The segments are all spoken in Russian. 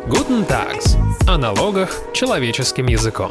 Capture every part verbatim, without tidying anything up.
Guten Tags. О налогах человеческим языком.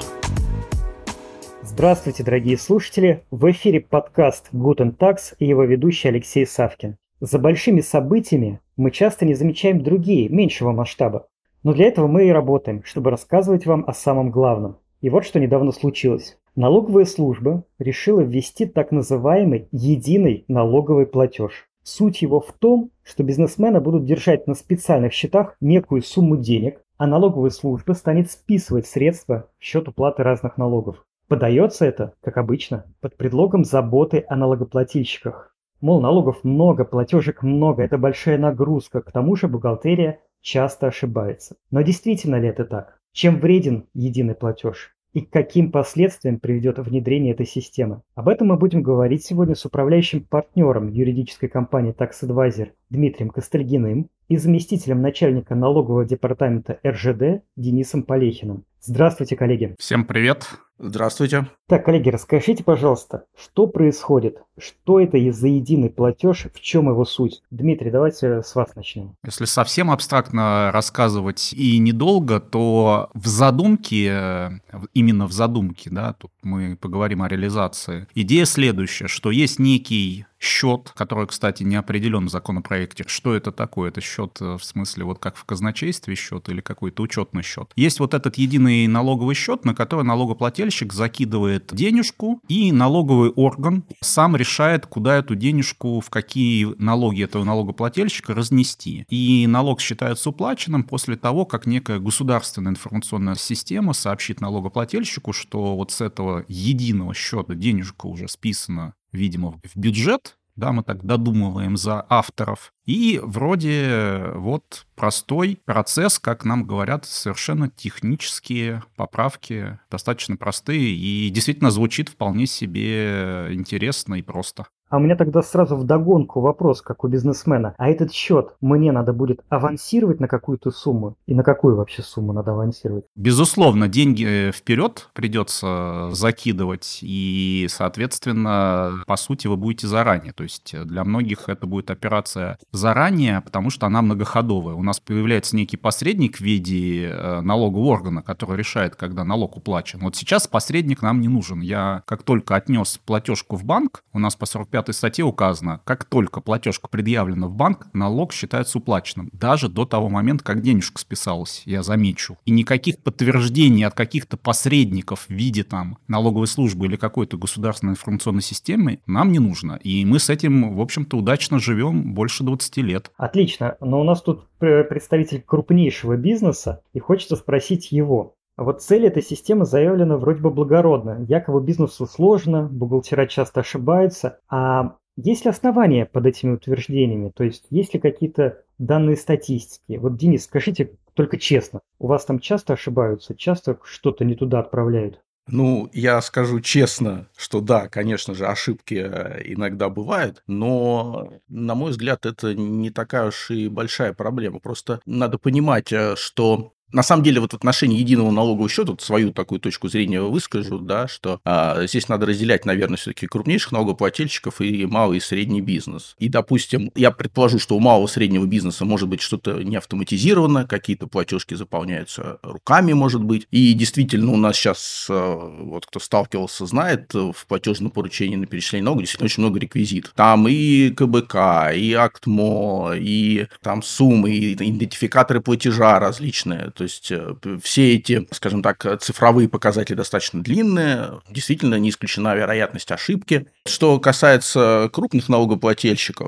Здравствуйте, дорогие слушатели! В эфире подкаст Guten Tags и его ведущий Алексей Савкин. За большими событиями мы часто не замечаем другие, меньшего масштаба. Но для этого мы и работаем, чтобы рассказывать вам о самом главном. И вот что недавно случилось. Налоговая служба решила ввести так называемый единый налоговый платеж. Суть его в том, что бизнесмены будут держать на специальных счетах некую сумму денег, а налоговая служба станет списывать средства в счет уплаты разных налогов. Подается это, как обычно, под предлогом заботы о налогоплательщиках. Мол, налогов много, платежек много, это большая нагрузка, к тому же бухгалтерия часто ошибается. Но действительно ли это так? Чем вреден единый платеж? И к каким последствиям приведет внедрение этой системы? Об этом мы будем говорить сегодня с управляющим партнером юридической компании Tax Advisor Дмитрием Костыльгиным и заместителем начальника налогового департамента эр жэ дэ Денисом Полехиным. Здравствуйте, коллеги. Всем привет. Здравствуйте. Так, коллеги, расскажите, пожалуйста, что происходит? Что это за единый платеж? В чем его суть? Дмитрий, давайте с вас начнем. Если совсем абстрактно рассказывать и недолго, то в задумке, именно в задумке, да, тут мы поговорим о реализации, идея следующая, что есть некий счет, который, кстати, не определен в законопроекте. Что это такое? Это счет в смысле вот как в казначействе счет или какой-то учетный счет. Есть вот этот единый налоговый счет, на который налогоплательщик закидывает денежку, и налоговый орган сам решает, куда эту денежку, в какие налоги этого налогоплательщика разнести. И налог считается уплаченным после того, как некая государственная информационная система сообщит налогоплательщику, что вот с этого единого счета денежка уже списана, видимо, в бюджет, да, мы так додумываем за авторов. И вроде вот простой процесс, как нам говорят, совершенно технические поправки, достаточно простые, и действительно звучит вполне себе интересно и просто. А у меня тогда сразу вдогонку вопрос, как у бизнесмена. А этот счет мне надо будет авансировать на какую-то сумму? И на какую вообще сумму надо авансировать? Безусловно, деньги вперед придется закидывать, и, соответственно, по сути, вы будете заранее. То есть для многих это будет операция заранее, потому что она многоходовая. У нас появляется некий посредник в виде налогового органа, который решает, когда налог уплачен. Вот сейчас посредник нам не нужен. Я как только отнес платежку в банк, у нас по сорок пятой статье указано, как только платежка предъявлена в банк, налог считается уплаченным. Даже до того момента, как денежка списалась, я замечу. И никаких подтверждений от каких-то посредников в виде там налоговой службы или какой-то государственной информационной системы нам не нужно. И мы с этим, в общем-то, удачно живем больше двадцати лет. Отлично. Но у нас тут представитель крупнейшего бизнеса, и хочется спросить его. А вот цель этой системы заявлена вроде бы благородно. Якобы бизнесу сложно, бухгалтера часто ошибаются. А есть ли основания под этими утверждениями? То есть есть ли какие-то данные статистики? Вот, Денис, скажите только честно, у вас там часто ошибаются, часто что-то не туда отправляют? Ну, я скажу честно, что да, конечно же, ошибки иногда бывают, но, на мой взгляд, это не такая уж и большая проблема. Просто надо понимать, что... На самом деле, вот в отношении единого налогового счета, вот свою такую точку зрения выскажу, да, что а, здесь надо разделять, наверное, все-таки крупнейших налогоплательщиков и малый и средний бизнес. И, допустим, я предположу, что у малого и среднего бизнеса может быть что-то не автоматизировано, какие-то платежки заполняются руками, может быть. И действительно, у нас сейчас, вот кто сталкивался, знает, в платежном поручении на перечисление налога действительно очень много реквизитов. Там и ка бэ ка, и акт эм о, и там суммы, и идентификаторы платежа различные. То есть все эти, скажем так, цифровые показатели достаточно длинные, действительно не исключена вероятность ошибки. Что касается крупных налогоплательщиков,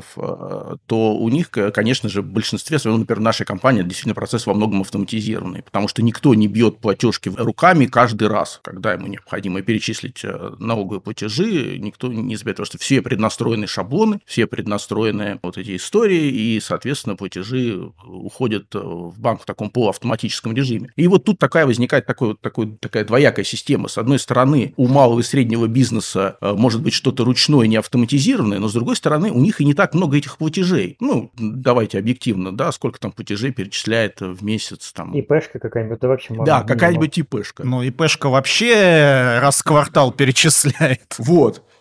то у них, конечно же, в большинстве своем, например, наша компания, действительно процесс во многом автоматизированный, потому что никто не бьет платежки руками каждый раз, когда ему необходимо перечислить налоговые платежи, никто не забивает, потому что все преднастроены шаблоны, все преднастроены вот эти истории, и, соответственно, платежи уходят в банк в таком полуавтоматическом режиме. И вот тут такая возникает такой, такой, такая двоякая система. С одной стороны, у малого и среднего бизнеса может быть что-то ручное, не автоматизированное, но с другой стороны, у них и не так много этих платежей. Ну, давайте объективно, да, сколько там платежей перечисляет в месяц. Там... ИПшка какая-нибудь, это вообще... Да, какая-нибудь ИПшка. Ну, ИПшка вообще раз в квартал перечисляет. Вот.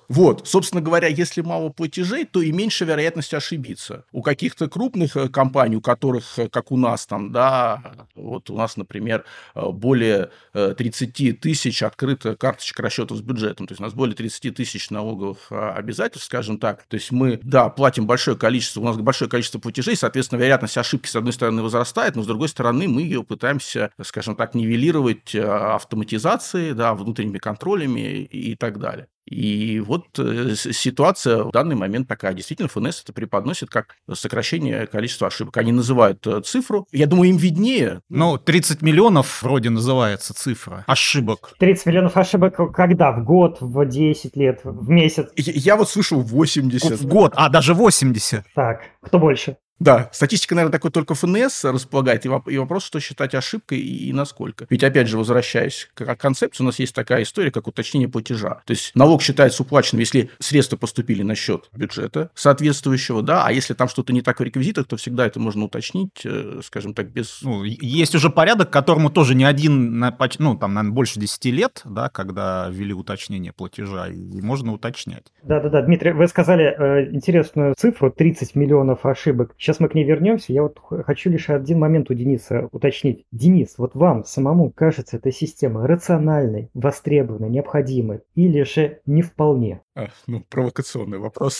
Вот, собственно говоря, если мало платежей, то и меньше вероятность ошибиться. У каких-то крупных э, компаний, у которых, э, как у нас там, да, вот у нас, например, э, более э, тридцать тысяч открытых карточек расчетов с бюджетом, то есть у нас более тридцать тысяч налоговых э, обязательств, скажем так, то есть мы, да, платим большое количество, у нас большое количество платежей, соответственно, вероятность ошибки, с одной стороны, возрастает, но с другой стороны, мы ее пытаемся, скажем так, нивелировать э, автоматизацией, да, внутренними контролями и так далее. И вот э, ситуация в данный момент такая. Действительно, эф эн эс это преподносит как сокращение количества ошибок. Они называют э, цифру. Я думаю, им виднее. Ну, тридцать миллионов вроде называется цифра ошибок. тридцать миллионов ошибок когда? В год, в десять лет, в месяц? Я, я вот слышал восемьдесят. В год, а даже восемьдесят. Так, кто больше? Да, статистика, наверное, такой только эф эн эс располагает, и, воп- и вопрос, что считать ошибкой и, и насколько. Ведь, опять же, возвращаясь к концепции, у нас есть такая история, как уточнение платежа. То есть налог считается уплаченным, если средства поступили на счет бюджета соответствующего, да, а если там что-то не так в реквизитах, то всегда это можно уточнить, э, скажем так, без... Ну, есть уже порядок, которому тоже не один, на поч- ну, там, наверное, больше десяти лет, да, когда ввели уточнение платежа, и можно уточнять. Да-да-да, Дмитрий, вы сказали э, интересную цифру, тридцать миллионов ошибок. Сейчас мы к ней вернемся. Я вот х- хочу лишь один момент у Дениса уточнить. Денис, вот вам самому кажется эта система рациональной, востребованной, необходимой или же не вполне? А, ну, провокационный вопрос.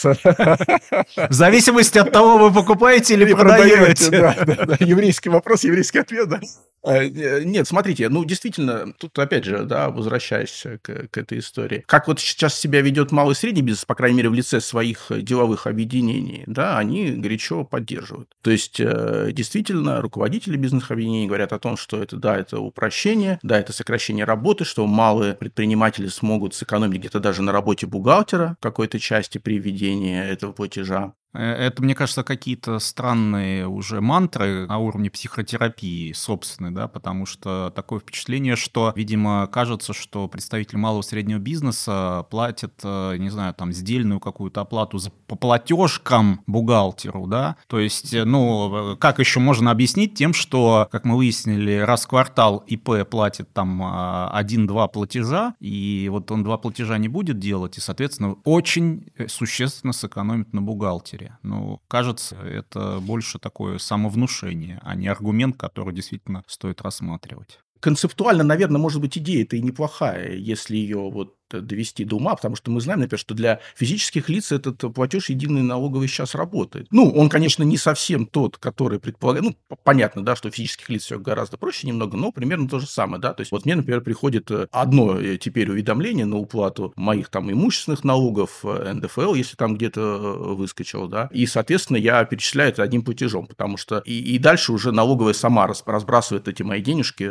В зависимости от того, вы покупаете или Или продаете. Да, да, да. Еврейский вопрос, еврейский ответ, да. А, э, Нет, смотрите, ну, действительно, тут, опять же, да, возвращаясь к, к этой истории. Как вот сейчас себя ведет малый и средний бизнес, по крайней мере, в лице своих деловых объединений, да, они горячо поддерживают. То есть, э, действительно, руководители бизнес-объединений говорят о том, что это, да, это упрощение, да, это сокращение работы, что малые предприниматели смогут сэкономить где-то даже на работе бухгалтера в какой-то части при введении этого платежа. Это, мне кажется, какие-то странные уже мантры на уровне психотерапии собственной, да, потому что такое впечатление, что, видимо, кажется, что представители малого и среднего бизнеса платят, э, не знаю, там, сдельную какую-то оплату за, по платежкам бухгалтеру, да, то есть, э, ну, как еще можно объяснить тем, что, как мы выяснили, раз в квартал ИП платит там э, один-два платежа, и вот он два платежа не будет делать, и, соответственно, очень существенно сэкономит на бухгалтере. Ну, кажется, это больше такое самовнушение, а не аргумент, который действительно стоит рассматривать. Концептуально, наверное, может быть, идея-то и неплохая, если ее вот довести до ума, потому что мы знаем, например, что для физических лиц этот платеж единый налоговый сейчас работает. Ну, он, конечно, не совсем тот, который предполагает, ну, понятно, да, что у физических лиц все гораздо проще немного, но примерно то же самое, да, то есть вот мне, например, приходит одно теперь уведомление на уплату моих там имущественных налогов, эн дэ эф эл, если там где-то выскочил, да, и, соответственно, я перечисляю это одним платежом, потому что и, и дальше уже налоговая сама разбрасывает эти мои денежки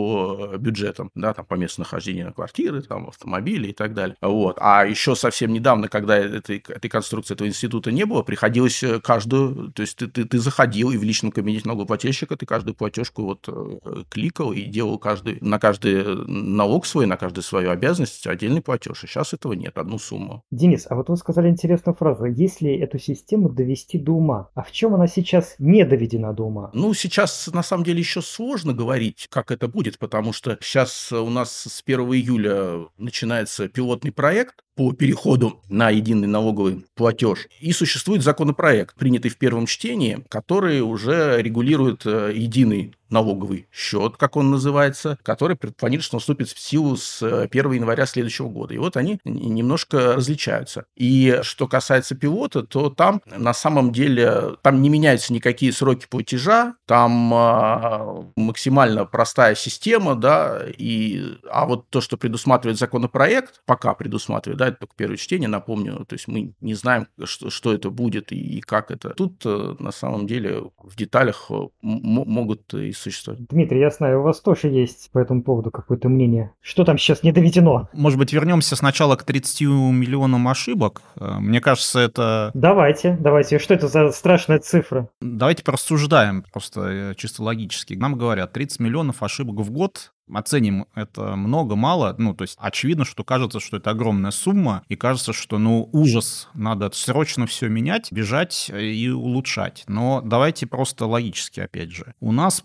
по бюджетам, да, там, по месту нахождения квартиры, там, автомобиля и так далее. Вот. А еще совсем недавно, когда этой, этой конструкции этого института не было, приходилось каждую, то есть ты, ты, ты заходил и в личном кабинете налогоплательщика, ты каждую платежку вот кликал и делал каждый, на каждый налог свой, на каждую свою обязанность отдельный платеж. И сейчас этого нет, одну сумму. Денис, а вот вы сказали интересную фразу. Если эту систему довести до ума, а в чем она сейчас не доведена до ума? Ну, сейчас на самом деле еще сложно говорить, как это будет, потому что сейчас у нас с первого июля начинается пилотный проект по переходу на единый налоговый платеж. И существует законопроект, принятый в первом чтении, который уже регулирует единый налоговый счет, как он называется, который планирует, что он вступит в силу с первого января следующего года. И вот они немножко различаются. И что касается пилота, то там на самом деле там не меняются никакие сроки платежа, там а, максимально простая система, да, и, а вот то, что предусматривает законопроект, пока предусматривает, да, это только первое чтение, напомню, то есть мы не знаем, что, что это будет и, и как это. Тут на самом деле в деталях м- могут и существовать. Дмитрий, я знаю, у вас тоже есть по этому поводу какое-то мнение. Что там сейчас не доведено? Может быть, вернемся сначала к тридцати миллионам ошибок. Мне кажется, это... Давайте, давайте. Что это за страшная цифра? Давайте порассуждаем просто чисто логически. Нам говорят, тридцать миллионов ошибок в год. оценим это много, мало, ну, то есть очевидно, что кажется, что это огромная сумма, и кажется, что, ну, ужас, надо срочно все менять, бежать и улучшать. Но давайте просто логически, опять же. У нас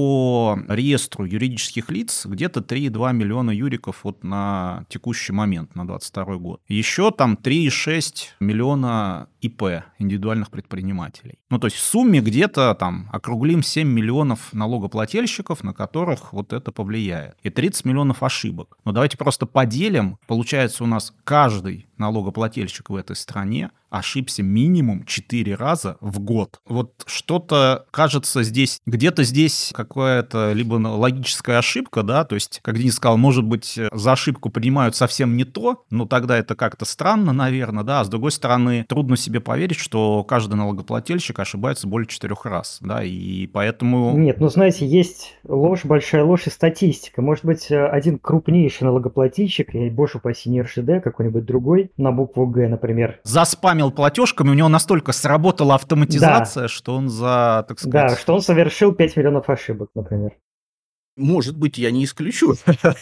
по реестру юридических лиц где-то три и два миллиона юриков вот на текущий момент, на двадцать второй год. Еще там три и шесть миллиона ИП, индивидуальных предпринимателей. Ну, то есть в сумме где-то там округлим семь миллионов налогоплательщиков, на которых вот это повлияет. И тридцать миллионов ошибок. Но давайте просто поделим. Получается, у нас каждый налогоплательщик в этой стране ошибся минимум четыре раза в год. Вот что-то, кажется, здесь, где-то здесь какая-то либо логическая ошибка, да, то есть, как Денис сказал, может быть, за ошибку принимают совсем не то, но тогда это как-то странно, наверное, да, а с другой стороны, трудно себе поверить, что каждый налогоплательщик ошибается более четырех раз, да, и поэтому... Нет, ну, знаете, есть ложь, большая ложь и статистика. Может быть, один крупнейший налогоплательщик, и, боже упаси, не эр шэ дэ, какой-нибудь другой, на букву Г, например. Заспамил платежками, у него настолько сработала автоматизация, да, что он за, так сказать... Да, что он совершил пять миллионов ошибок, например. Может быть, я не исключу.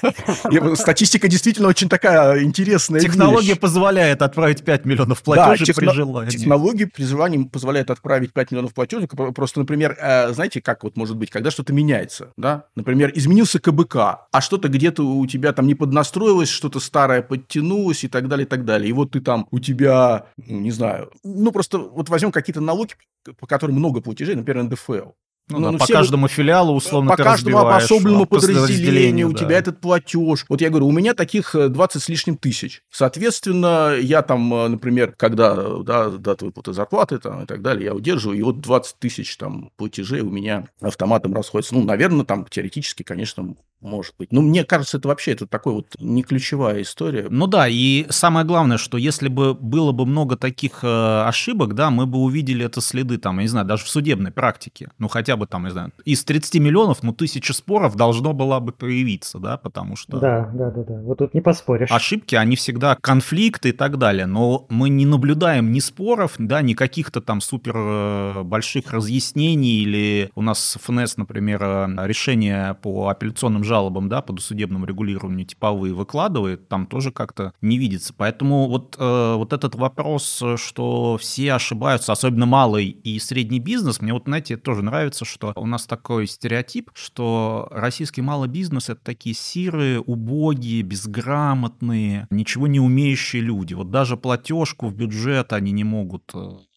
Статистика действительно очень такая интересная. Технология позволяет отправить пять миллионов платежек при желании. Технология при желании позволяет отправить пять миллионов платежек. Просто, например, знаете, как вот может быть, когда что-то меняется, да? Например, изменился ка бэ ка, а что-то где-то у тебя там не поднастроилось, что-то старое подтянулось и так далее, и так далее. И вот ты там, у тебя, ну, не знаю, ну, просто вот возьмем какие-то налоги, по которым много платежей, например, эн дэ эф эл. Ну, ну, да, по каждому филиалу, условно, по ты каждому обособленному подразделению да. у тебя этот платеж. Вот я говорю, у меня таких двадцать с лишним тысяч. Соответственно, я там, например, когда да, дата выплаты зарплаты там, и так далее, я удерживаю, и вот двадцать тысяч там платежей у меня автоматом расходятся. Ну, наверное, там теоретически, конечно, может быть. Но мне кажется, это вообще это такой вот не ключевая история. Ну да, и самое главное, что если бы было бы много таких э, ошибок, да, мы бы увидели это следы, там, я не знаю, даже в судебной практике. Ну, хотя бы там, не знаю, из тридцати миллионов, ну, тысяча споров должно было бы появиться, да, потому что... Да, да, да, да, вот тут не поспоришь. Ошибки, они всегда конфликты и так далее, но мы не наблюдаем ни споров, да, ни каких-то там супер больших разъяснений, или у нас эф эн эс, например, решения по апелляционным жалобам, жалобам, да, по досудебному регулированию типовые выкладывает, там тоже как-то не видится. Поэтому вот, э, вот этот вопрос, что все ошибаются, особенно малый и средний бизнес, мне вот, знаете, тоже нравится, что у нас такой стереотип, что российский малый бизнес — это такие сирые, убогие, безграмотные, ничего не умеющие люди. Вот даже платежку в бюджет они не могут,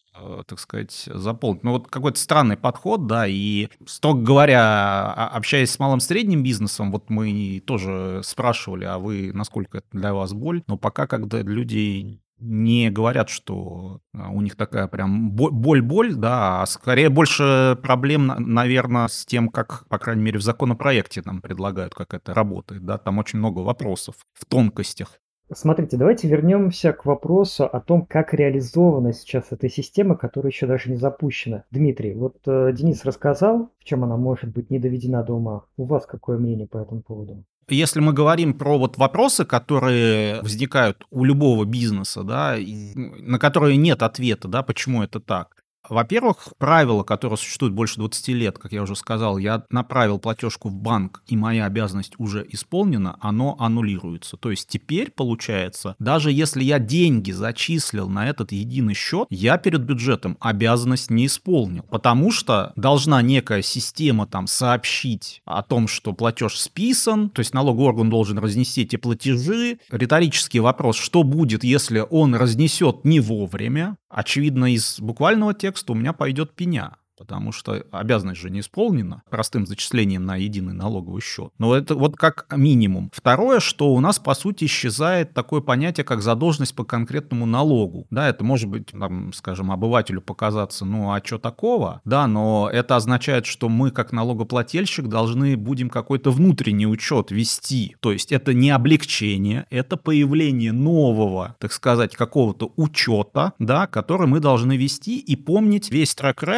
так сказать, заполнить. Ну, вот какой-то странный подход, да, и, строго говоря, общаясь с малым-средним бизнесом, вот мы тоже спрашивали, а вы, насколько это для вас боль, но пока когда люди не говорят, что у них такая прям боль-боль, да, а скорее больше проблем, наверное, с тем, как, по крайней мере, в законопроекте нам предлагают, как это работает, да, там очень много вопросов в тонкостях. Смотрите, давайте вернемся к вопросу о том, как реализована сейчас эта система, которая еще даже не запущена. Дмитрий, вот э, Денис рассказал, в чем она может быть не доведена до ума. У вас какое мнение по этому поводу? Если мы говорим про вот вопросы, которые возникают у любого бизнеса, да, на которые нет ответа, да, почему это так. Во-первых, правило, которое существует больше двадцати лет, как я уже сказал, я направил платежку в банк, и моя обязанность уже исполнена, оно аннулируется. То есть теперь, получается, даже если я деньги зачислил на этот единый счет, я перед бюджетом обязанность не исполнил, потому что должна некая система там сообщить о том, что платеж списан, то есть налоговый орган должен разнести эти платежи. Риторический вопрос, что будет, если он разнесет не вовремя? Очевидно, из буквального текста у меня пойдет пеня, потому что обязанность же не исполнена простым зачислением на единый налоговый счет. Но это вот как минимум. Второе, что у нас, по сути, исчезает такое понятие, как задолженность по конкретному налогу. Да, это может быть, там, скажем, обывателю показаться, ну а что такого? Да, но это означает, что мы, как налогоплательщик, должны будем какой-то внутренний учет вести. То есть это не облегчение, это появление нового, так сказать, какого-то учета, да, который мы должны вести и помнить весь трек-рекорд, да,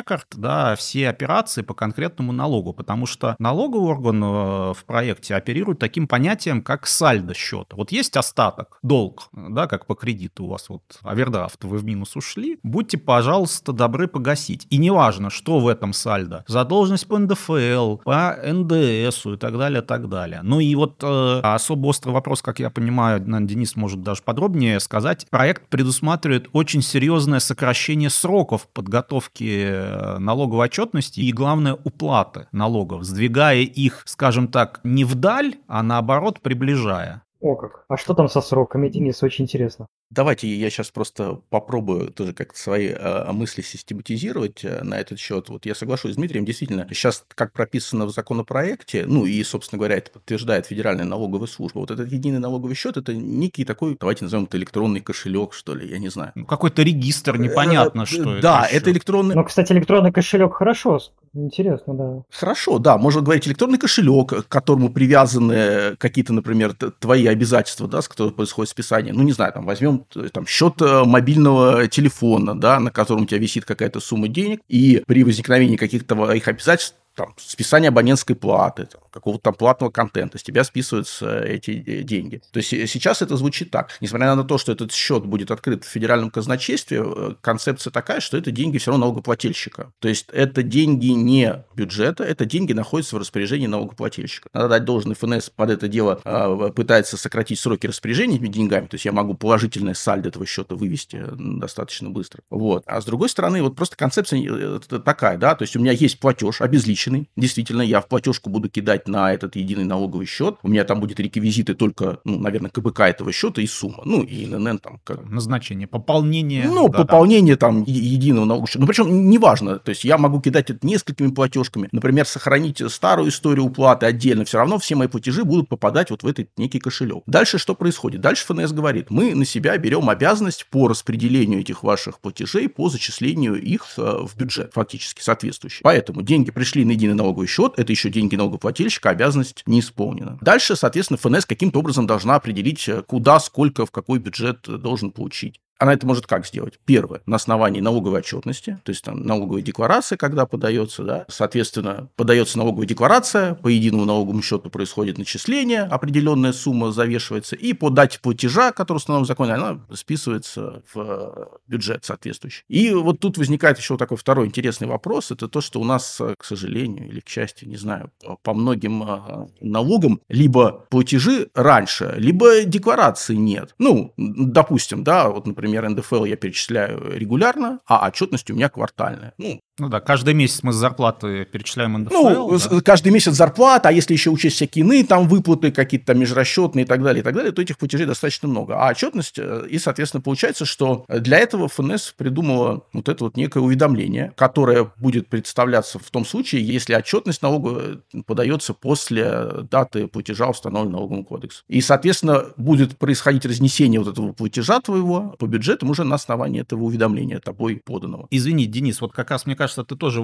да, все операции по конкретному налогу, потому что налоговый орган в проекте оперирует таким понятием, как сальдо счета. Вот есть остаток, долг, да, как по кредиту у вас вот овердрафт, вы в минус ушли, будьте, пожалуйста, добры погасить. И неважно, что в этом сальдо, задолженность по эн дэ эф эл, по эн дэ эсу и так далее, так далее. Ну и вот э, особо острый вопрос, как я понимаю, наверное, Денис может даже подробнее сказать. Проект предусматривает очень серьезное сокращение сроков подготовки налоговой отчетности и, главное, уплаты налогов, сдвигая их, скажем так, не вдаль, а наоборот приближая. О как. А что там со сроками, Денис? Очень интересно. Давайте я сейчас просто попробую тоже как-то свои э, мысли систематизировать э, на этот счет. Вот я соглашусь с Дмитрием, действительно, сейчас, как прописано в законопроекте, ну и, собственно говоря, это подтверждает Федеральная налоговая служба, вот этот единый налоговый счет, это некий такой, давайте назовем это электронный кошелек, что ли, я не знаю. Ну, какой-то регистр, непонятно, что это. Да, еще. это электронный... Ну, кстати, электронный кошелек хорошо. Интересно, да. Хорошо, да, можно говорить электронный кошелек, к которому привязаны какие-то, например, твои обязательства, да, с которых происходит списание. Ну, не знаю, там, возьмем там, счет мобильного телефона, да, на котором у тебя висит какая-то сумма денег, и при возникновении каких-то твоих обязательств, там, списание абонентской платы, там, какого-то там платного контента, с тебя списываются эти деньги. То есть сейчас это звучит так. Несмотря на то, что этот счет будет открыт в федеральном казначействе, концепция такая, что это деньги все равно налогоплательщика. То есть это деньги не бюджета, это деньги находятся в распоряжении налогоплательщика. Надо дать должный, эф эн эс под это дело э, пытается сократить сроки распоряжения этими деньгами, то есть я могу положительное сальдо этого счета вывести достаточно быстро. Вот. А с другой стороны, вот просто концепция такая, да, то есть у меня есть платеж обезличенный, действительно, я в платежку буду кидать на этот единый налоговый счет, у меня там будет реквизиты только, ну, наверное, ка бэ ка этого счета и сумма, ну, и эн эн эн там. Как... Назначение, пополнение. Ну, да, пополнение да. там единого налогового счета. Ну, причем неважно, то есть я могу кидать это несколькими платежками, например, сохранить старую историю уплаты отдельно, все равно все мои платежи будут попадать вот в этот некий кошелек. Дальше что происходит? Дальше эф эн эс говорит, мы на себя берем обязанность по распределению этих ваших платежей, по зачислению их в бюджет, фактически соответствующий. Поэтому деньги пришли на единый налоговый счет, это еще деньги налогоплательщика, обязанность не исполнена. Дальше, соответственно, эф эн эс каким-то образом должна определить, куда, сколько, в какой бюджет должен получить. Она это может как сделать? Первое, на основании налоговой отчетности, то есть там налоговая декларация, когда подается, да, соответственно, подается налоговая декларация, по единому налоговому счету происходит начисление, определенная сумма завешивается, и по дате платежа, который установлен в законе, она списывается в бюджет соответствующий. И вот тут возникает еще такой второй интересный вопрос, это то, что у нас, к сожалению, или к счастью, не знаю, по многим налогам либо платежи раньше, либо декларации нет. Ну, допустим, да, вот, например, Например, эн дэ эф эл я перечисляю регулярно, а отчетность у меня квартальная. Ну, ну да, каждый месяц мы с зарплаты перечисляем эн дэ эф эл. Ну, да? Каждый месяц зарплата, а если еще учесть всякие иные там выплаты, какие-то там межрасчетные и так далее, и так далее, то этих платежей достаточно много. А отчетность, и, соответственно, получается, что для этого эф эн эс придумала вот это вот некое уведомление, которое будет представляться в том случае, если отчетность налога подается после даты платежа, установленной налоговым кодексом. И, соответственно, будет происходить разнесение вот этого платежа твоего по бюджетам уже на основании этого уведомления тобой поданного. Извини, Денис, вот как раз, мне кажется, ты тоже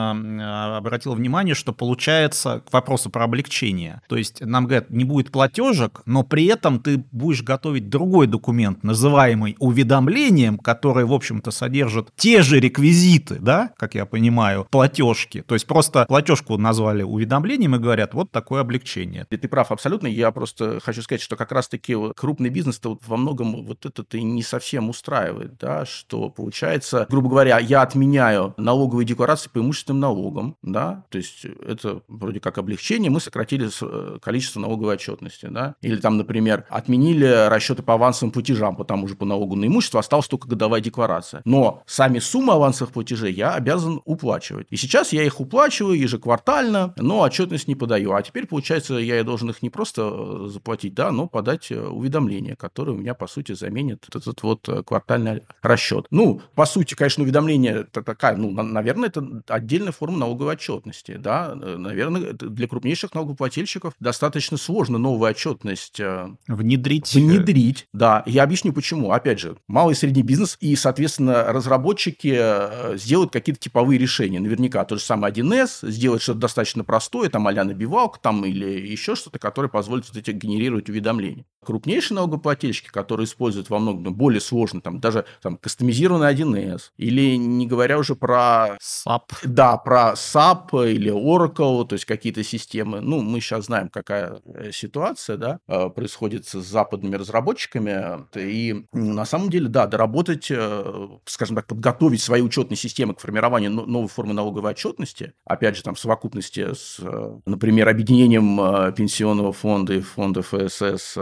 важно обратил внимание, что получается к вопросу про облегчение. То есть нам говорят, не будет платежек, но при этом ты будешь готовить другой документ, называемый уведомлением, который, в общем-то, содержит те же реквизиты, да, как я понимаю, платежки. То есть просто платежку назвали уведомлением и говорят, вот такое облегчение. И ты прав абсолютно. Я просто хочу сказать, что как раз-таки крупный бизнес-то вот во многом вот это-то и не совсем устраивает, да, что получается, грубо говоря, я отменяю налоговые декларации по имущественным налогам, да, то есть это вроде как облегчение, мы сократили количество налоговой отчетности, да, или там, например, отменили расчеты по авансовым платежам, потому что по налогу на имущество осталась только годовая декларация, но сами суммы авансовых платежей я обязан уплачивать, и сейчас я их уплачиваю ежеквартально, но отчетность не подаю, а теперь, получается, я должен их не просто заплатить, да, но подать уведомление, которое у меня, по сути, заменит этот вот квартальный расчет. Ну, по сути, конечно, уведомление это такая, ну, наверное, это отдельная форма налоговой отчетности, да, наверное, для крупнейших налогоплательщиков достаточно сложно новую отчетность внедрить. Внедрить, да. Я объясню почему. Опять же, малый и средний бизнес и, соответственно, разработчики сделают какие-то типовые решения. Наверняка то же самое один эс, сделать что-то достаточно простое, там а-ля набивалка, там или еще что-то, которое позволит вот эти генерировать уведомления. Крупнейшие налогоплательщики, которые используют во многом более сложный, там, даже там, кастомизированный один эс, или не говоря уже про про... сап. Да, про сап или Oracle, то есть какие-то системы. Ну, мы сейчас знаем, какая ситуация, да, происходит с западными разработчиками. И на самом деле, да, доработать, скажем так, подготовить свои учетные системы к формированию новой формы налоговой отчетности, опять же, там, в совокупности с, например, объединением пенсионного фонда и фонда эф эс эс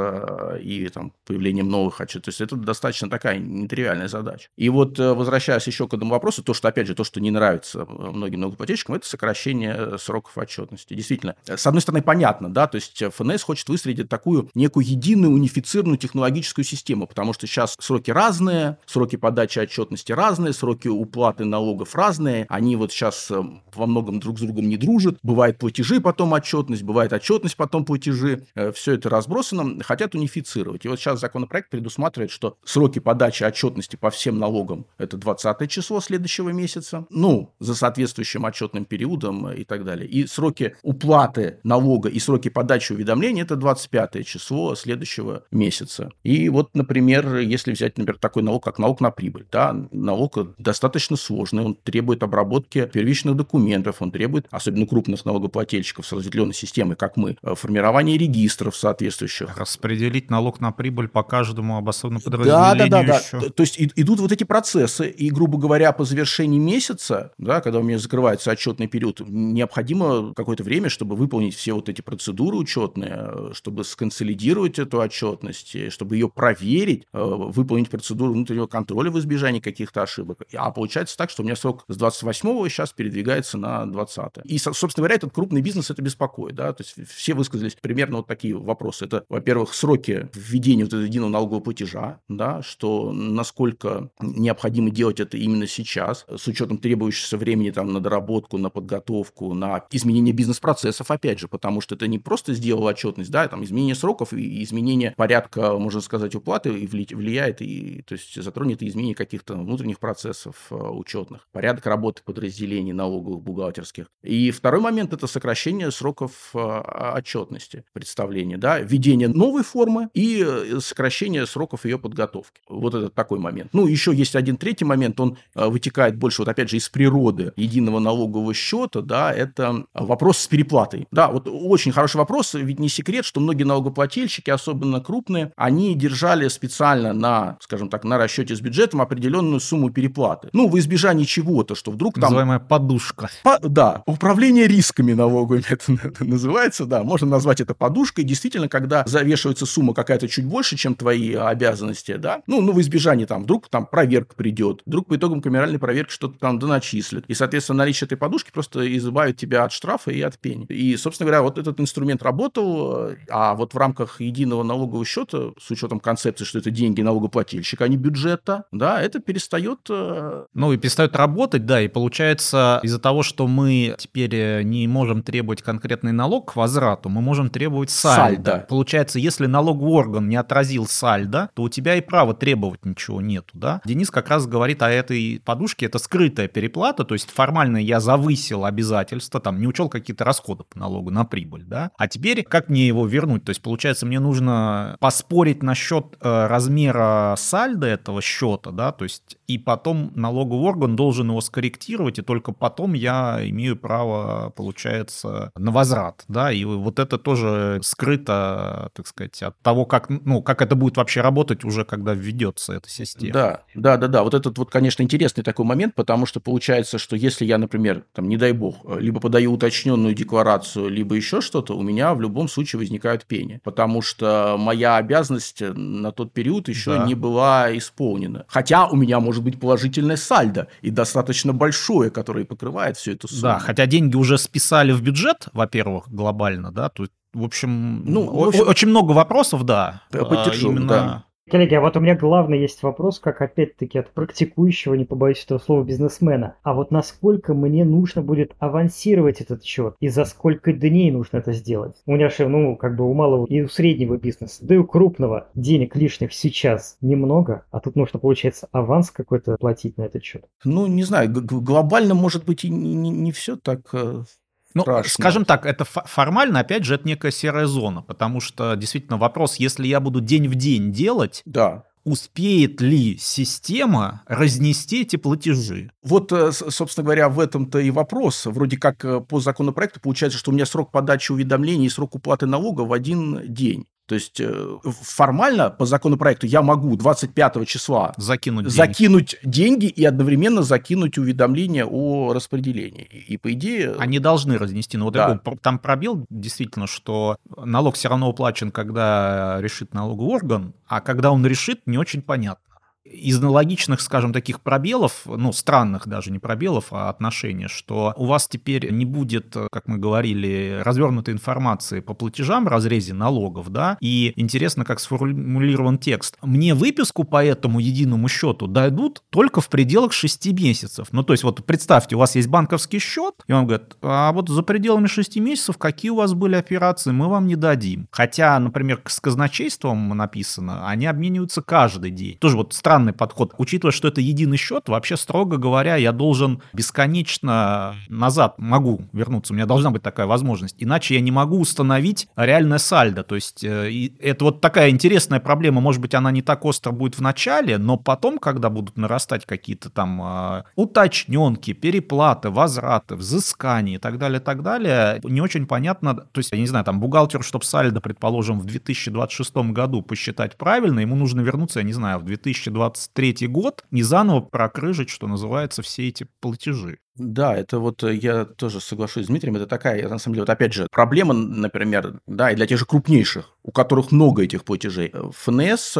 и там, появлением новых отчетов. То есть это достаточно такая нетривиальная задача. И вот, возвращаясь еще к этому вопросу, то, что, опять же, то, что не нравится многим налогоплательщикам, это сокращение сроков отчетности. Действительно, с одной стороны, понятно, да, то есть эф эн эс хочет выстроить такую некую единую, унифицированную технологическую систему, потому что сейчас сроки разные, сроки подачи отчетности разные, сроки уплаты налогов разные, они вот сейчас во многом друг с другом не дружат, бывает платежи, потом отчетность, бывает отчетность, потом платежи, все это разбросано, хотят унифицировать. И вот сейчас законопроект предусматривает, что сроки подачи отчетности по всем налогам – это двадцатое число следующего месяца, ну, за соответствующим отчетным периодом и так далее. И сроки уплаты налога и сроки подачи уведомления – это двадцать пятое число следующего месяца. И вот, например, если взять, например, такой налог, как налог на прибыль, да, налог достаточно сложный, он требует обработки первичных документов, он требует, особенно крупных налогоплательщиков с разветвленной системой, как мы, формирования регистров соответствующих. Распределить налог на прибыль по каждому обособленному Да, подразделению да, да, да. еще. То есть и- идут вот эти процессы, и, грубо говоря, по завершении месяца, да, когда у меня закрывается отчетный период, необходимо какое-то время, чтобы выполнить все вот эти процедуры учетные, чтобы сконсолидировать эту отчетность, чтобы ее проверить, выполнить процедуру внутреннего контроля в избежании каких-то ошибок. А получается так, что у меня срок с двадцать восьмого сейчас передвигается на двадцатое. И, собственно говоря, этот крупный бизнес это беспокоит. Да? То есть все высказались примерно вот такие вопросы. Это, во-первых, сроки введения вот этого единого налогового платежа, да, что насколько необходимо делать это именно сейчас, с учетом требующегося времени там, на доработку, на подготовку, на изменение бизнес-процессов, опять же, потому что это не просто сделал отчетность, да, там изменение сроков и изменение порядка, можно сказать, уплаты влияет, и, то есть затронет и изменение каких-то внутренних процессов учетных, порядок работы подразделений налоговых, бухгалтерских. И второй момент – это сокращение сроков отчетности, представления, да, введение новой формы и сокращение сроков ее подготовки. Вот это такой момент. Ну, еще есть один третий момент, он вытекает больше, вот опять же, из природы единого налогового счета, да, это вопрос с переплатой. Да, вот очень хороший вопрос, ведь не секрет, что многие налогоплательщики, особенно крупные, они держали специально на, скажем так, на расчете с бюджетом определенную сумму переплаты. Ну, в избежании чего-то, что вдруг там... Называемая подушка. По, да, управление рисками налоговыми это, это называется, да, можно назвать это подушкой. Действительно, когда завешивается сумма какая-то чуть больше, чем твои обязанности, да, ну, ну в избежании там, вдруг там проверка придет, вдруг по итогам камеральной проверки что-то там доначислят. И, соответственно, наличие этой подушки просто избавит тебя от штрафа и от пени. И, собственно говоря, вот этот инструмент работал, а вот в рамках единого налогового счета, с учетом концепции, что это деньги налогоплательщика, а не бюджета, да, это перестает... Ну, и перестает работать, да, и получается, из-за того, что мы теперь не можем требовать конкретный налог к возврату, мы можем требовать сальдо. Сальдо. Получается, если налоговый орган не отразил сальдо, то у тебя и права требовать ничего нету, да. Денис как раз говорит о этой подушке, это скрытая переплата, то есть формально я завысил обязательства, там, не учел какие-то расходы по налогу на прибыль, да, а теперь как мне его вернуть? То есть, получается, мне нужно поспорить насчет э, размера сальдо этого счета, да, то есть, и потом налоговый орган должен его скорректировать, и только потом я имею право, получается, на возврат, да, и вот это тоже скрыто, так сказать, от того, как, ну, как это будет вообще работать уже, когда введется эта система. Да, да, да, да, вот этот вот, конечно, интересный такой момент, потому что получается, что если я, например, там, не дай бог, либо подаю уточненную декларацию, либо еще что-то, у меня в любом случае возникают пени, потому что моя обязанность на тот период еще Да. не была исполнена. Хотя у меня может быть положительное сальдо, и достаточно большое, которое покрывает всю эту сумму. Да, хотя деньги уже списали в бюджет, во-первых, глобально, да, тут, в общем, Ну, о- в общем- очень много вопросов, да. Я поддержу, а, именно... да. Коллеги, а вот у меня главный есть вопрос, как опять-таки от практикующего, не побоюсь этого слова, бизнесмена. А вот насколько мне нужно будет авансировать этот счет? И за сколько дней нужно это сделать? У меня же, ну, как бы у малого и у среднего бизнеса, да и у крупного денег лишних сейчас немного, а тут нужно, получается, аванс какой-то платить на этот счет. Ну, не знаю, г- г- глобально, может быть, и не, не- не все так... э, Ну, страшно. скажем так, это фо- формально, опять же, это некая серая зона, потому что действительно вопрос, если я буду день в день делать, Да. успеет ли система разнести эти платежи? Вот, собственно говоря, в этом-то и вопрос. Вроде как по законопроекту получается, что у меня срок подачи уведомлений и срок уплаты налога в один день. То есть формально по законопроекту я могу двадцать пятого числа закинуть, закинуть деньги и одновременно закинуть уведомление о распределении. И по идее... Они должны разнести. Но вот да. там пробел действительно, что налог все равно уплачен, когда решит налоговый орган, а когда он решит, не очень понятно. Из аналогичных, скажем, таких пробелов, ну, странных даже, не пробелов, а отношений, что у вас теперь не будет, как мы говорили, развернутой информации по платежам в разрезе налогов, да, и интересно, как сформулирован текст. Мне выписку по этому единому счету дадут только в пределах шести месяцев. Ну, то есть, вот представьте, у вас есть банковский счет, и он говорит, а вот за пределами шести месяцев какие у вас были операции, мы вам не дадим. Хотя, например, с казначейством написано, они обмениваются каждый день. Тоже вот странно. Странный подход. Учитывая, что это единый счет, вообще, строго говоря, я должен бесконечно назад могу вернуться. У меня должна быть такая возможность. Иначе я не могу установить реальное сальдо. То есть это вот такая интересная проблема. Может быть, она не так остро будет в начале, но потом, когда будут нарастать какие-то там уточненки, переплаты, возвраты, взыскания и так далее, так далее, не очень понятно. То есть, я не знаю, там бухгалтеру, чтобы сальдо, предположим, в две тысячи двадцать шестом году посчитать правильно, ему нужно вернуться, я не знаю, в две тысячи двадцать третий год и заново прокрыжить, что называется, все эти платежи. Да, это вот я тоже соглашусь с Дмитрием, это такая, на самом деле, вот опять же, проблема, например, да, и для тех же крупнейших, у которых много этих платежей. эф эн эс,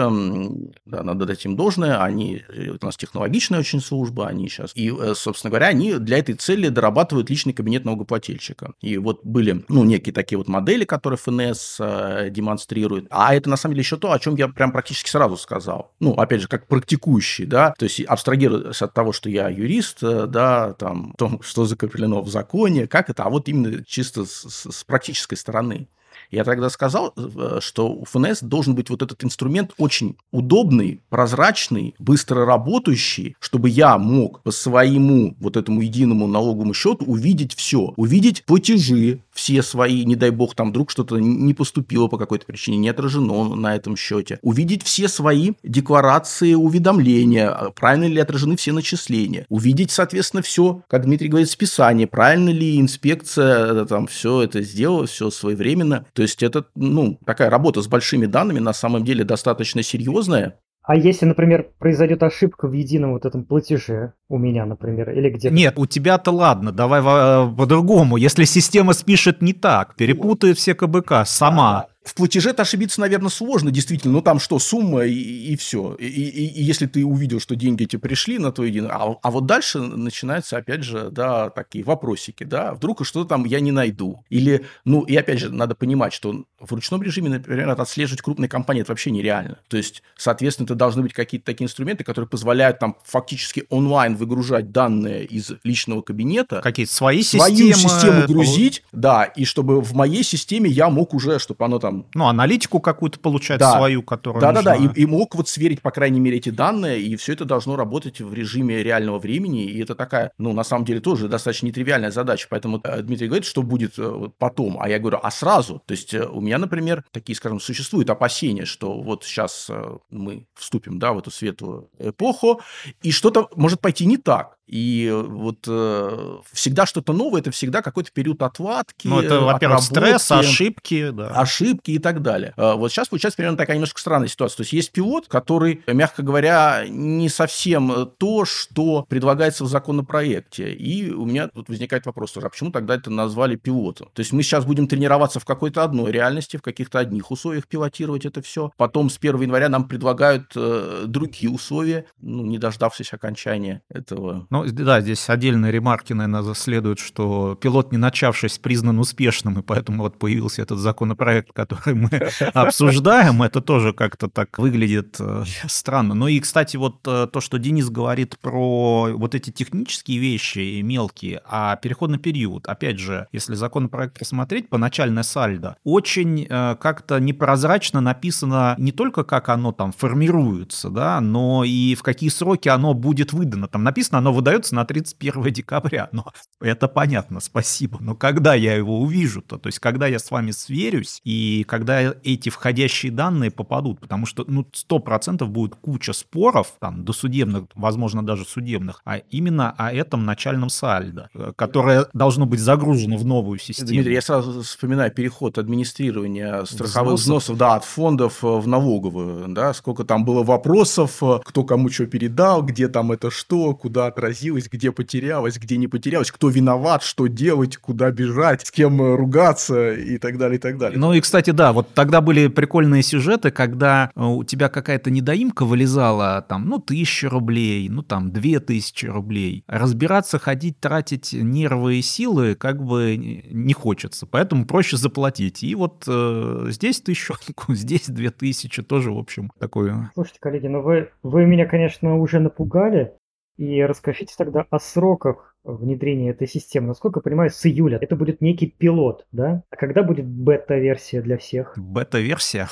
да, надо дать им должное, они, у нас технологичная очень служба, они сейчас, и, собственно говоря, они для этой цели дорабатывают личный кабинет налогоплательщика. И вот были, ну, некие такие вот модели, которые эф эн эс демонстрирует, а это, на самом деле, еще то, о чем я прям практически сразу сказал. Ну, опять же, как практикующий, да, то есть абстрагируясь от того, что я юрист, да, там, о том, что закреплено в законе, как это, а вот именно чисто с, с практической стороны. Я тогда сказал, что у эф эн эс должен быть вот этот инструмент очень удобный, прозрачный, быстро работающий, чтобы я мог по своему вот этому единому налоговому счету увидеть все. Увидеть платежи все свои, не дай бог, там вдруг что-то не поступило по какой-то причине, не отражено на этом счете. Увидеть все свои декларации, уведомления, правильно ли отражены все начисления. Увидеть, соответственно, все, как Дмитрий говорит, списание, правильно ли инспекция там все это сделала, все своевременно. То есть это, ну, такая работа с большими данными на самом деле достаточно серьезная. А если, например, произойдет ошибка в едином вот этом платеже у меня, например, или где-то... Нет, у тебя-то ладно, давай по-другому. Если система спишет не так, перепутает все ка бэ ка сама... В платеже-то ошибиться, наверное, сложно, действительно. Ну, там что, сумма и, и все. И, и, и если ты увидел, что деньги эти пришли на твой единый... А, а вот дальше начинаются, опять же, да, такие вопросики, да. Вдруг что-то там я не найду. Или, ну, и опять же, надо понимать, что в ручном режиме, например, отслеживать крупные компании – это вообще нереально. То есть, соответственно, это должны быть какие-то такие инструменты, которые позволяют там фактически онлайн выгружать данные из личного кабинета. Какие-то свои свою системы. Свою систему грузить, да, и чтобы в моей системе я мог уже, чтобы оно там... Ну, аналитику какую-то получать да. свою, которая да, нужна. Да, да, да, и, и мог вот сверить, по крайней мере, эти данные, и все это должно работать в режиме реального времени, и это такая, ну, на самом деле, тоже достаточно нетривиальная задача, поэтому Дмитрий говорит, что будет потом, а я говорю, а сразу? То есть у меня, например, такие, скажем, существуют опасения, что вот сейчас мы вступим, да, в эту светлую эпоху, и что-то может пойти не так. И вот э, всегда что-то новое, это всегда какой-то период отладки. Ну, это, во-первых, стресс, ошибки. Да. Ошибки и так далее. Э, вот сейчас получается примерно такая немножко странная ситуация. То есть есть пилот, который, мягко говоря, не совсем то, что предлагается в законопроекте. И у меня тут возникает вопрос, а почему тогда это назвали пилотом? То есть мы сейчас будем тренироваться в какой-то одной реальности, в каких-то одних условиях пилотировать это все. Потом с первого января нам предлагают э, другие условия, ну, не дождавшись окончания этого. Ну, да, здесь отдельные ремарки, наверное, следует, что пилот, не начавшись, признан успешным, и поэтому вот появился этот законопроект, который мы обсуждаем. Это тоже как-то так выглядит странно. Ну и, кстати, вот то, что Денис говорит про вот эти технические вещи мелкие, а переходный период, опять же, если законопроект посмотреть, поначальное сальдо, очень как-то непрозрачно написано не только, как оно там формируется, да, но и в какие сроки оно будет выдано. Там написано, оно выдается выдается на тридцать первое декабря. Но это понятно, спасибо. Но когда я его увижу-то? То есть когда я с вами сверюсь и когда эти входящие данные попадут? Потому что ну, сто процентов будет куча споров, там, досудебных, возможно, даже судебных, а именно о этом начальном сальдо, которое должно быть загружено в новую систему. Дмитрий, я сразу вспоминаю переход администрирования страховых взносов, да, от фондов в налоговую, да, сколько там было вопросов, кто кому что передал, где там это что, куда отразилось, где потерялось, где не потерялось, кто виноват, что делать, куда бежать, с кем ругаться и так далее, и так далее. Ну и, кстати, да, вот тогда были прикольные сюжеты, когда у тебя какая-то недоимка вылезала, там, ну, тысяча рублей, ну, там, две тысячи рублей. Разбираться, ходить, тратить нервы и силы как бы не хочется, поэтому проще заплатить. И вот э, здесь тысячонку, здесь две тысячи, тоже, в общем, такое. Слушайте, коллеги, ну вы, вы меня, конечно, уже напугали. И расскажите тогда о сроках внедрения этой системы. Насколько я понимаю, с июля это будет некий пилот, да? А когда будет бета-версия для всех? Бета-версия?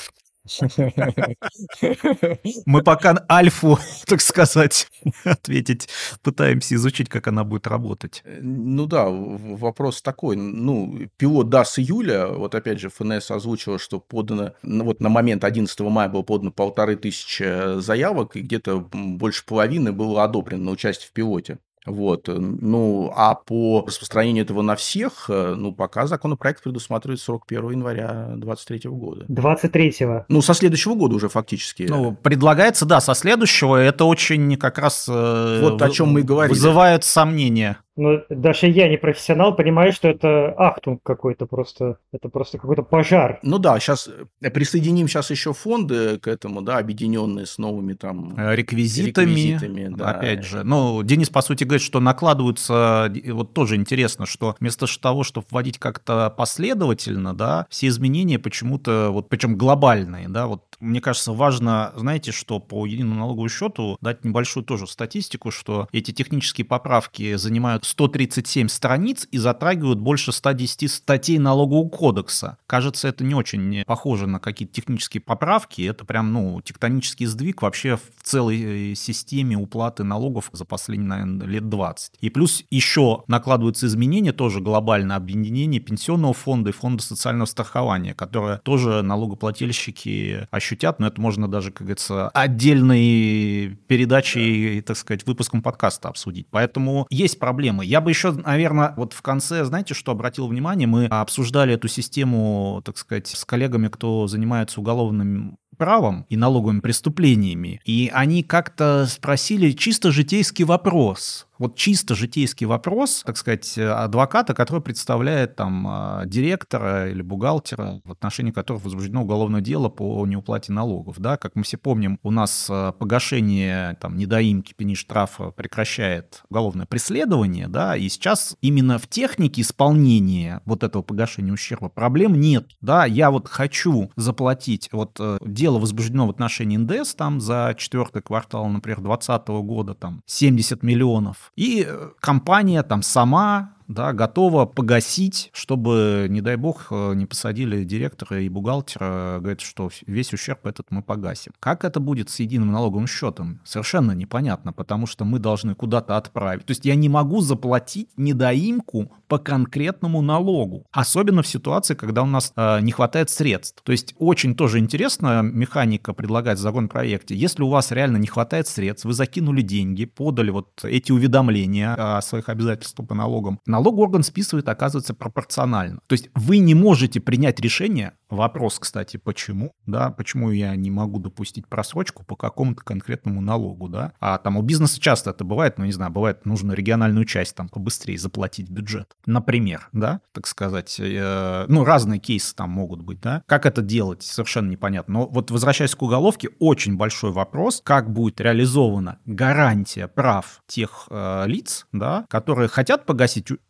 Мы пока альфу, так сказать, ответить пытаемся изучить, как она будет работать. Ну да, вопрос такой. Ну, пилот, да, с июля. Вот опять же, ФНС озвучила, что подано, ну, вот на момент одиннадцатого мая было подано полторы тысячи заявок, и где-то больше половины было одобрено на участие в пилоте. Вот. Ну, а по распространению этого на всех, ну, пока законопроект предусматривает сорок первого января двадцать третьего года. двадцать третьего. Ну, со следующего года уже фактически. Ну, предлагается, да, со следующего. Это очень как раз вот о чем мы и говорили. Вызывает сомнения. Ну, даже я, не профессионал, понимаю, что это ахтунг какой-то просто, это просто какой-то пожар. Ну да, сейчас присоединим сейчас еще фонды к этому, да, объединенные с новыми там реквизитами. реквизитами да. Опять же, ну, Денис, по сути, говорит, что накладываются, вот тоже интересно, что вместо того, чтобы вводить как-то последовательно, да, все изменения почему-то, вот, причем глобальные, да, вот, мне кажется, важно, знаете, что по единому налоговому счету дать небольшую тоже статистику, что эти технические поправки занимают сто тридцать семь страниц и затрагивают больше ста десяти статей налогового кодекса. Кажется, это не очень похоже на какие-то технические поправки, это прям, ну, тектонический сдвиг вообще в целой системе уплаты налогов за последние, наверное, лет двадцать. И плюс еще накладываются изменения, тоже глобальное объединение пенсионного фонда и фонда социального страхования, которое тоже налогоплательщики ощутят, но это можно даже, как говорится, отдельной передачей, так сказать, выпуском подкаста обсудить. Поэтому есть проблемы. Я бы еще, наверное, вот в конце, знаете, что обратил внимание? Мы обсуждали эту систему, так сказать, с коллегами, кто занимается уголовным правом и налоговыми преступлениями, и они как-то спросили чисто житейский вопрос. Вот чисто житейский вопрос, так сказать, адвоката, который представляет там директора или бухгалтера, в отношении которых возбуждено уголовное дело по неуплате налогов. Да? Как мы все помним, у нас погашение там, недоимки, пени штрафа прекращает уголовное преследование, да? И сейчас именно в технике исполнения вот этого погашения ущерба проблем нет. Да? Я вот хочу заплатить, вот дело возбуждено в отношении эн дэ эс там, за четвертый квартал, например, двадцатого года там, семьдесят миллионов. И компания там сама, да, готова погасить, чтобы, не дай бог, не посадили директора и бухгалтера, говорит, что весь ущерб этот мы погасим. Как это будет с единым налоговым счетом? Совершенно непонятно, потому что мы должны куда-то отправить. То есть я не могу заплатить недоимку по конкретному налогу, особенно в ситуации, когда у нас э, не хватает средств. То есть очень тоже интересно, механика предлагает в законопроекте, если у вас реально не хватает средств, вы закинули деньги, подали вот эти уведомления о своих обязательствах по налогам, налоговый орган списывает, оказывается, пропорционально. То есть вы не можете принять решение, вопрос, кстати, почему, да, почему я не могу допустить просрочку по какому-то конкретному налогу, да, а там у бизнеса часто это бывает, ну, не знаю, бывает, нужно региональную часть там побыстрее заплатить в бюджет, например, да, так сказать, э, ну, разные кейсы там могут быть, да, как это делать, совершенно непонятно, но вот возвращаясь к уголовке, очень большой вопрос, как будет реализована гарантия прав тех э, лиц, да, которые хотят погасить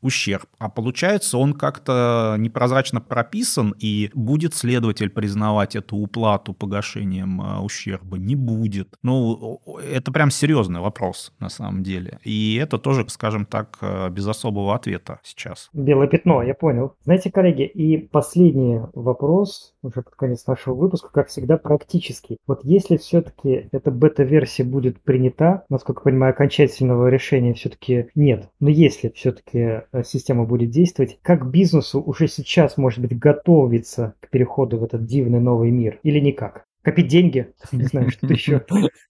ущерб. А получается, он как-то непрозрачно прописан, и будет следователь признавать эту уплату погашением э, ущерба? Не будет. Ну, это прям серьезный вопрос на самом деле. И это тоже, скажем так, э, без особого ответа сейчас. Белое пятно, я понял. Знаете, коллеги, и последний вопрос, уже под конец нашего выпуска, как всегда, практический. Вот если все-таки эта бета-версия будет принята, насколько я понимаю, окончательного решения все-таки нет, но если все-таки система будет действовать, как бизнесу уже сейчас, может быть, готовиться к переходу в этот дивный новый мир? Или никак? Копить деньги? Не знаю, что-то еще.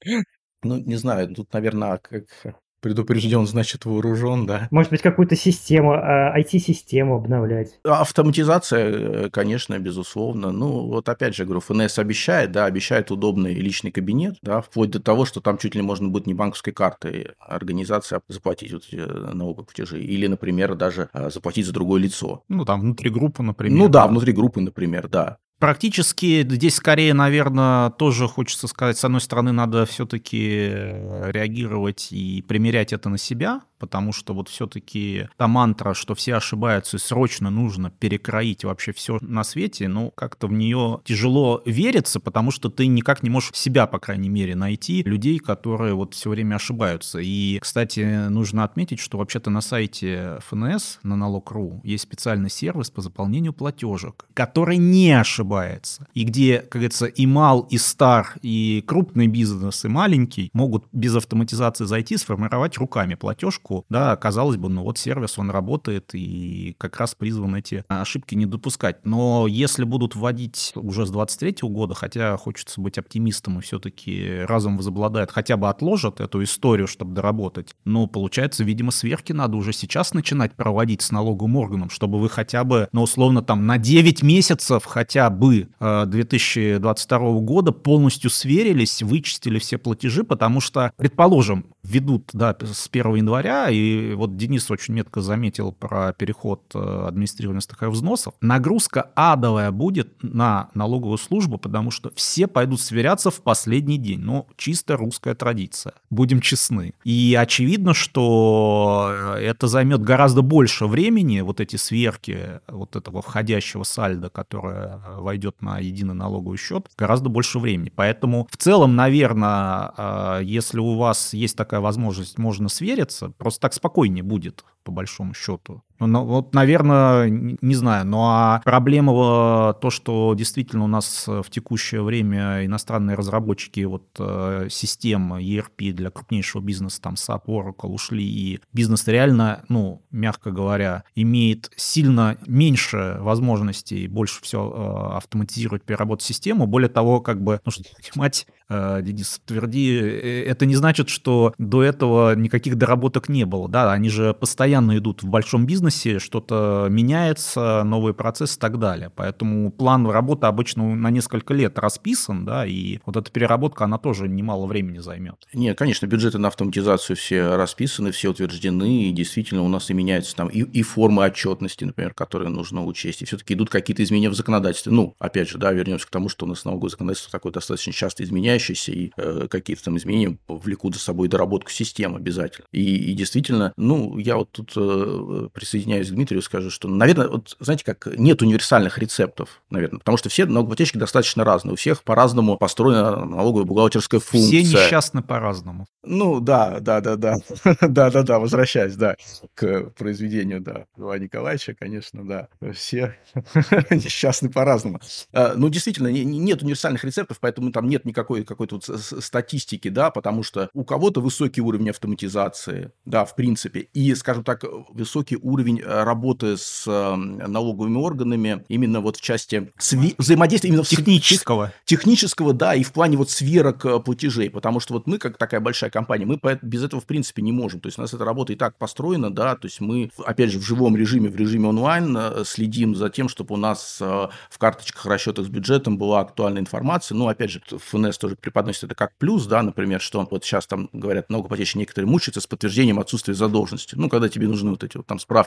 Ну, не знаю, тут, наверное, как предупрежден, значит вооружен, да. Может быть, какую-то систему, ай ти-систему обновлять? Автоматизация, конечно, безусловно. Ну, вот опять же, говорю, эф эн эс обещает, да, обещает удобный личный кабинет, да, вплоть до того, что там чуть ли можно будет не банковской картой организации заплатить вот эти налогоплатежи. Или, например, даже заплатить за другое лицо. Ну, там внутри группы, например. Ну да, внутри группы, например, да. Практически здесь скорее, наверное, тоже хочется сказать, с одной стороны, надо все-таки реагировать и примерять это на себя, потому что вот все-таки та мантра, что все ошибаются и срочно нужно перекроить вообще все на свете, ну, как-то в нее тяжело вериться, потому что ты никак не можешь себя, по крайней мере, найти людей, которые вот все время ошибаются. И, кстати, нужно отметить, что вообще-то на сайте эф эн эс, на налог точка ру, есть специальный сервис по заполнению платежек, который не ошибается. И где, как говорится, и мал, и стар, и крупный бизнес, и маленький могут без автоматизации зайти, сформировать руками платежку. Да, казалось бы, ну вот сервис, он работает и как раз призван эти ошибки не допускать. Но если будут вводить уже с двадцать третьего года, хотя хочется быть оптимистом и все-таки разум возобладает, хотя бы отложат эту историю, чтобы доработать, но получается, видимо, сверки надо уже сейчас начинать проводить с налоговым органом, чтобы вы хотя бы, ну условно там на девять месяцев хотя бы две тысячи двадцать второго года полностью сверились, вычистили все платежи, потому что, предположим, ведут, да, с первого января, и вот Денис очень метко заметил про переход администрирования страховых взносов, нагрузка адовая будет на налоговую службу, потому что все пойдут сверяться в последний день. Ну, чисто русская традиция, будем честны. И очевидно, что это займет гораздо больше времени, вот эти сверки вот этого входящего сальдо, которое войдет на единый налоговый счет, гораздо больше времени. Поэтому в целом, наверное, если у вас есть такая возможность, можно свериться, просто так спокойнее будет, по большому счету. Ну, вот, наверное, не знаю, ну а проблема то, что действительно у нас в текущее время иностранные разработчики вот систем и эр пи для крупнейшего бизнеса, там сап, Oracle ушли, и бизнес реально, ну, мягко говоря, имеет сильно меньше возможностей больше все автоматизировать, переработать систему. Более того, как бы, нужно понимать, Денис, тверди, это не значит, что до этого никаких доработок не было, да, они же постоянно идут в большом бизнесе, что-то меняется, новые процессы и так далее, поэтому план работы обычно на несколько лет расписан, да, и вот эта переработка, она тоже немало времени займет. Нет, конечно, бюджеты на автоматизацию все расписаны, все утверждены, и действительно у нас и меняются там и, и формы отчетности, например, которые нужно учесть, и все-таки идут какие-то изменения в законодательстве. Ну, опять же, да, вернемся к тому, что у нас налоговое законодательство такое достаточно часто изменяющееся, и э, какие-то там изменения влекут за собой доработку систем обязательно. И, и действительно, ну, я вот тут э, присоединяюсь к Дмитрию, скажу, что, наверное, вот знаете, как нет универсальных рецептов, наверное, потому что все налогоплательщики достаточно разные, у всех по-разному построена налоговая бухгалтерская функция. Все несчастны по-разному. Ну, да, да, да, да, да, да, да, возвращаясь, да, к произведению, да, Льва Николаевича, конечно, да, все несчастны по-разному. Ну, действительно, нет универсальных рецептов, поэтому там нет никакой какой-то вот статистики, да, потому что у кого-то высокий уровень автоматизации, да, в принципе, и, скажем так, высокий уровень работы с налоговыми органами именно вот в части сви- взаимодействия именно технического. В, технического, да, и в плане вот сверок платежей, потому что вот мы, как такая большая компания, мы без этого в принципе не можем, то есть у нас эта работа и так построена, да, то есть мы, опять же, в живом режиме, в режиме онлайн следим за тем, чтобы у нас в карточках, расчетах с бюджетом была актуальная информация, ну, опять же, эф эн эс тоже преподносит это как плюс, да, например, что вот сейчас там говорят, налогоплательщики некоторые мучаются с подтверждением отсутствия задолженности, ну, когда тебе нужны вот эти вот там справки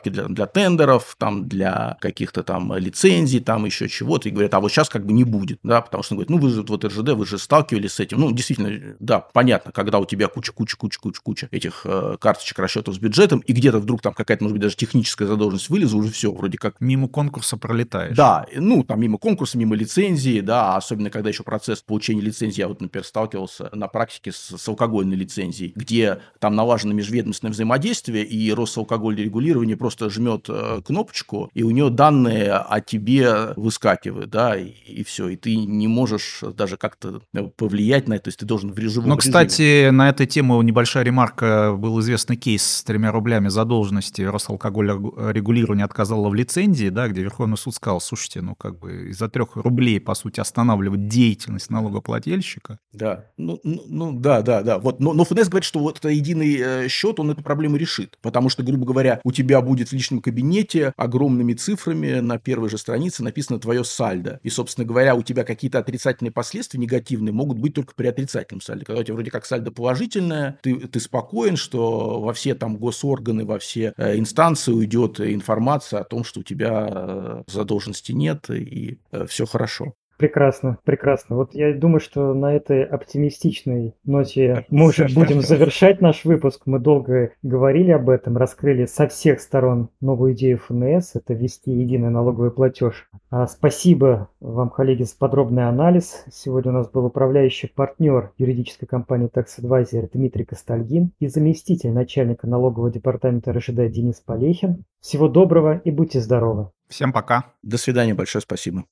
справки для, для тендеров, там, для каких-то там лицензий, там еще чего-то, и говорят, а вот сейчас как бы не будет, да, потому что он говорит, ну, вы же вот эр жэ дэ, вы же сталкивались с этим. Ну, действительно, да, понятно, когда у тебя куча-куча-куча-куча этих э, карточек расчетов с бюджетом, и где-то вдруг там какая-то, может быть, даже техническая задолженность вылезла, уже все, вроде как... Мимо конкурса пролетаешь. Да, ну, там мимо конкурса, мимо лицензии, да, особенно когда еще процесс получения лицензии, я вот, например, сталкивался на практике с, с алкогольной лицензией, где там налажено межведомственное взаимодействие, и Росалкогольное регулирование просто жмет э, кнопочку, и у нее данные о тебе выскакивают, да, и, и все, и ты не можешь даже как-то повлиять на это, то есть ты должен в режиме. Ну, кстати, на эту тему небольшая ремарка. Был известный кейс с тремя рублями задолженности. Росалкогольное регулирование отказало в лицензии, да, где Верховный суд сказал, слушайте, ну, как бы из-за трех рублей, по сути, останавливать деятельность налогоплательщика. Да, ну, ну, ну да, да, да. Вот, но, но эф эн эс говорит, что вот это единый э, счет, он эту проблему решит. Потому что, грубо говоря, у тебя будет в личном кабинете огромными цифрами на первой же странице написано твое сальдо. И, собственно говоря, у тебя какие-то отрицательные последствия, негативные, могут быть только при отрицательном сальдо. Когда у тебя вроде как сальдо положительное, ты, ты спокоен, что во все там госорганы, во все э, инстанции уйдет информация о том, что у тебя э, задолженности нет и э, все хорошо. Прекрасно, прекрасно. Вот я думаю, что на этой оптимистичной ноте мы уже будем завершать наш выпуск. Мы долго говорили об этом, раскрыли со всех сторон новую идею эф эн эс, это ввести единый налоговый платеж. А спасибо вам, коллеги, за подробный анализ. Сегодня у нас был управляющий партнер юридической компании Tax Advisor Дмитрий Костальгин и заместитель начальника налогового департамента эр жэ дэ Денис Полехин. Всего доброго и будьте здоровы. Всем пока. До свидания, большое спасибо.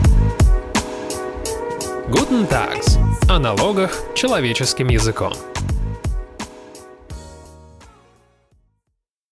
Guten Tags. О налогах человеческим языком.